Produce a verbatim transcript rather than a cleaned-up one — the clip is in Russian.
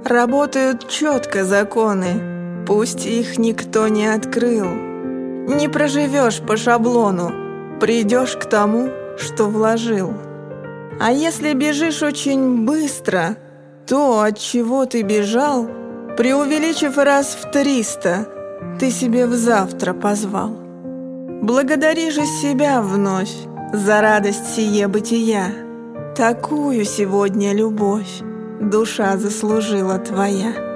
Работают четко законы, пусть их никто не открыл. Не проживешь по шаблону, придешь к тому, что вложил. А если бежишь очень быстро, то, от чего ты бежал, преувеличив раз в триста, ты себе в завтра позвал. Благодари же себя вновь за радость сие бытия. Такую сегодня любовь душа заслужила твоя.